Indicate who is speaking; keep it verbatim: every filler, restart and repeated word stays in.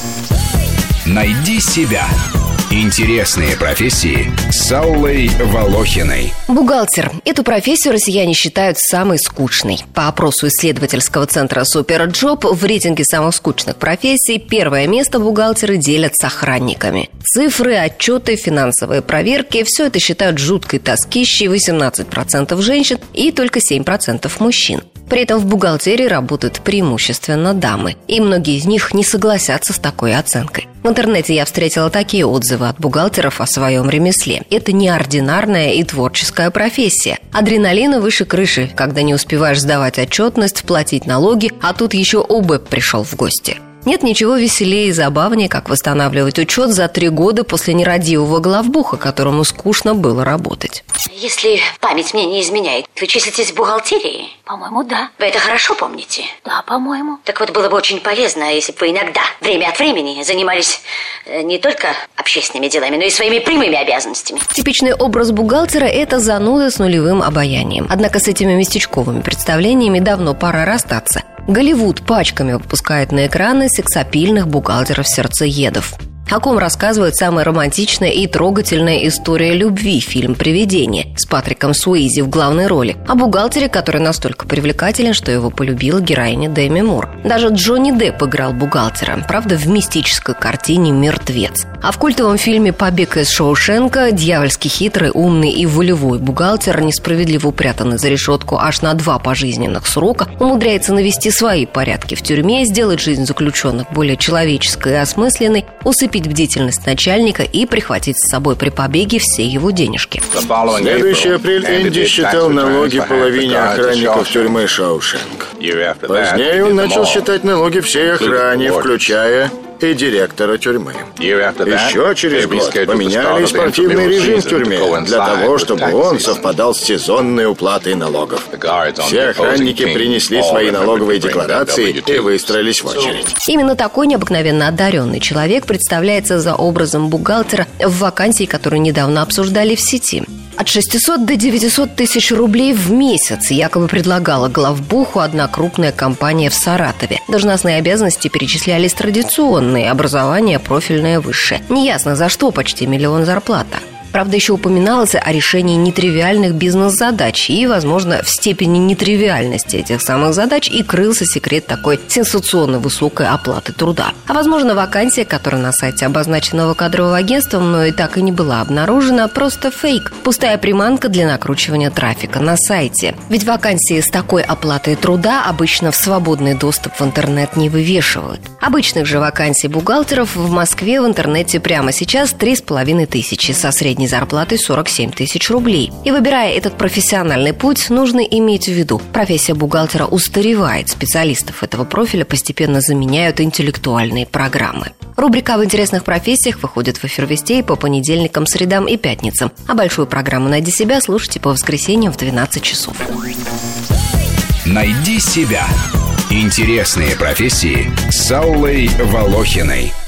Speaker 1: Найди себя. Интересные профессии с Аллой Волохиной.
Speaker 2: Бухгалтер. Эту профессию россияне считают самой скучной. По опросу исследовательского центра Суперджоп в рейтинге самых скучных профессий первое место бухгалтеры делят с охранниками. Цифры, отчеты, финансовые проверки – все это считают жуткой тоскищей восемнадцать процентов женщин и только семь процентов мужчин. При этом в бухгалтерии работают преимущественно дамы, и многие из них не согласятся с такой оценкой. В интернете я встретила такие отзывы от бухгалтеров о своем ремесле. Это неординарная и творческая профессия. Адреналина выше крыши, когда не успеваешь сдавать отчетность, платить налоги, а тут еще ОБЭП пришел в гости. Нет ничего веселее и забавнее, как восстанавливать учет за три года после нерадивого главбуха, которому скучно было работать.
Speaker 3: Если память мне не изменяет, вы числитесь в бухгалтерии?
Speaker 4: По-моему, да.
Speaker 3: Вы это хорошо помните?
Speaker 4: Да, по-моему.
Speaker 3: Так вот, было бы очень полезно, если бы вы иногда, время от времени, занимались э, не только общественными делами, но и своими прямыми обязанностями.
Speaker 2: Типичный образ бухгалтера – это зануда с нулевым обаянием. Однако с этими местечковыми представлениями давно пора расстаться. Голливуд пачками выпускает на экраны сексапильных бухгалтеров-сердцеедов. О ком рассказывает самая романтичная и трогательная история любви, фильм «Привидение» с Патриком Суэйзи в главной роли. О бухгалтере, который настолько привлекателен, что его полюбила героиня Деми Мур. Даже Джонни Депп играл бухгалтера, правда, в мистической картине «Мертвец». А в культовом фильме «Побег из Шоушенка» дьявольски хитрый, умный и волевой бухгалтер, несправедливо упрятанный за решетку аж на два пожизненных срока, умудряется навести свои порядки в тюрьме, сделать жизнь заключенных более человеческой и осмысленной, усыпить бдительность начальника и прихватить с собой при побеге все его денежки.
Speaker 5: В следующий апрель Энди считал налоги половине охранников тюрьмы Шоушенк. Позднее он начал считать налоги всей охране, включая и директора тюрьмы. Еще через год поменяли спортивный режим в тюрьме для того, чтобы он совпадал с сезонной уплатой налогов. Все охранники принесли свои налоговые декларации и выстроились в очередь.
Speaker 2: Именно такой необыкновенно одаренный человек представляется за образом бухгалтера в вакансии, которую недавно обсуждали в сети. От шестисот до девятисот тысяч рублей в месяц якобы предлагала главбуху одна крупная компания в Саратове. Должностные обязанности перечислялись традиционные: образование профильное высшее. Неясно, за что почти миллион зарплата. Правда, еще упоминалось о решении нетривиальных бизнес-задач, и, возможно, в степени нетривиальности этих самых задач и крылся секрет такой сенсационно высокой оплаты труда. А, возможно, вакансия, которая на сайте обозначенного кадрового агентства мною так и не была обнаружена, просто фейк, пустая приманка для накручивания трафика на сайте. Ведь вакансии с такой оплатой труда обычно в свободный доступ в интернет не вывешивают. Обычных же вакансий бухгалтеров в Москве в интернете прямо сейчас три с половиной тысячи со средней зарплатой сорок семь тысяч рублей. И выбирая этот профессиональный путь, нужно иметь в виду: профессия бухгалтера устаревает, специалистов этого профиля постепенно заменяют интеллектуальные программы. Рубрика «В интересных профессиях» выходит в эфир Вестей по понедельникам, средам и пятницам. А большую программу «Найди себя» слушайте по воскресеньям в двенадцать часов.
Speaker 1: Найди себя. Интересные профессии с Аллой Волохиной.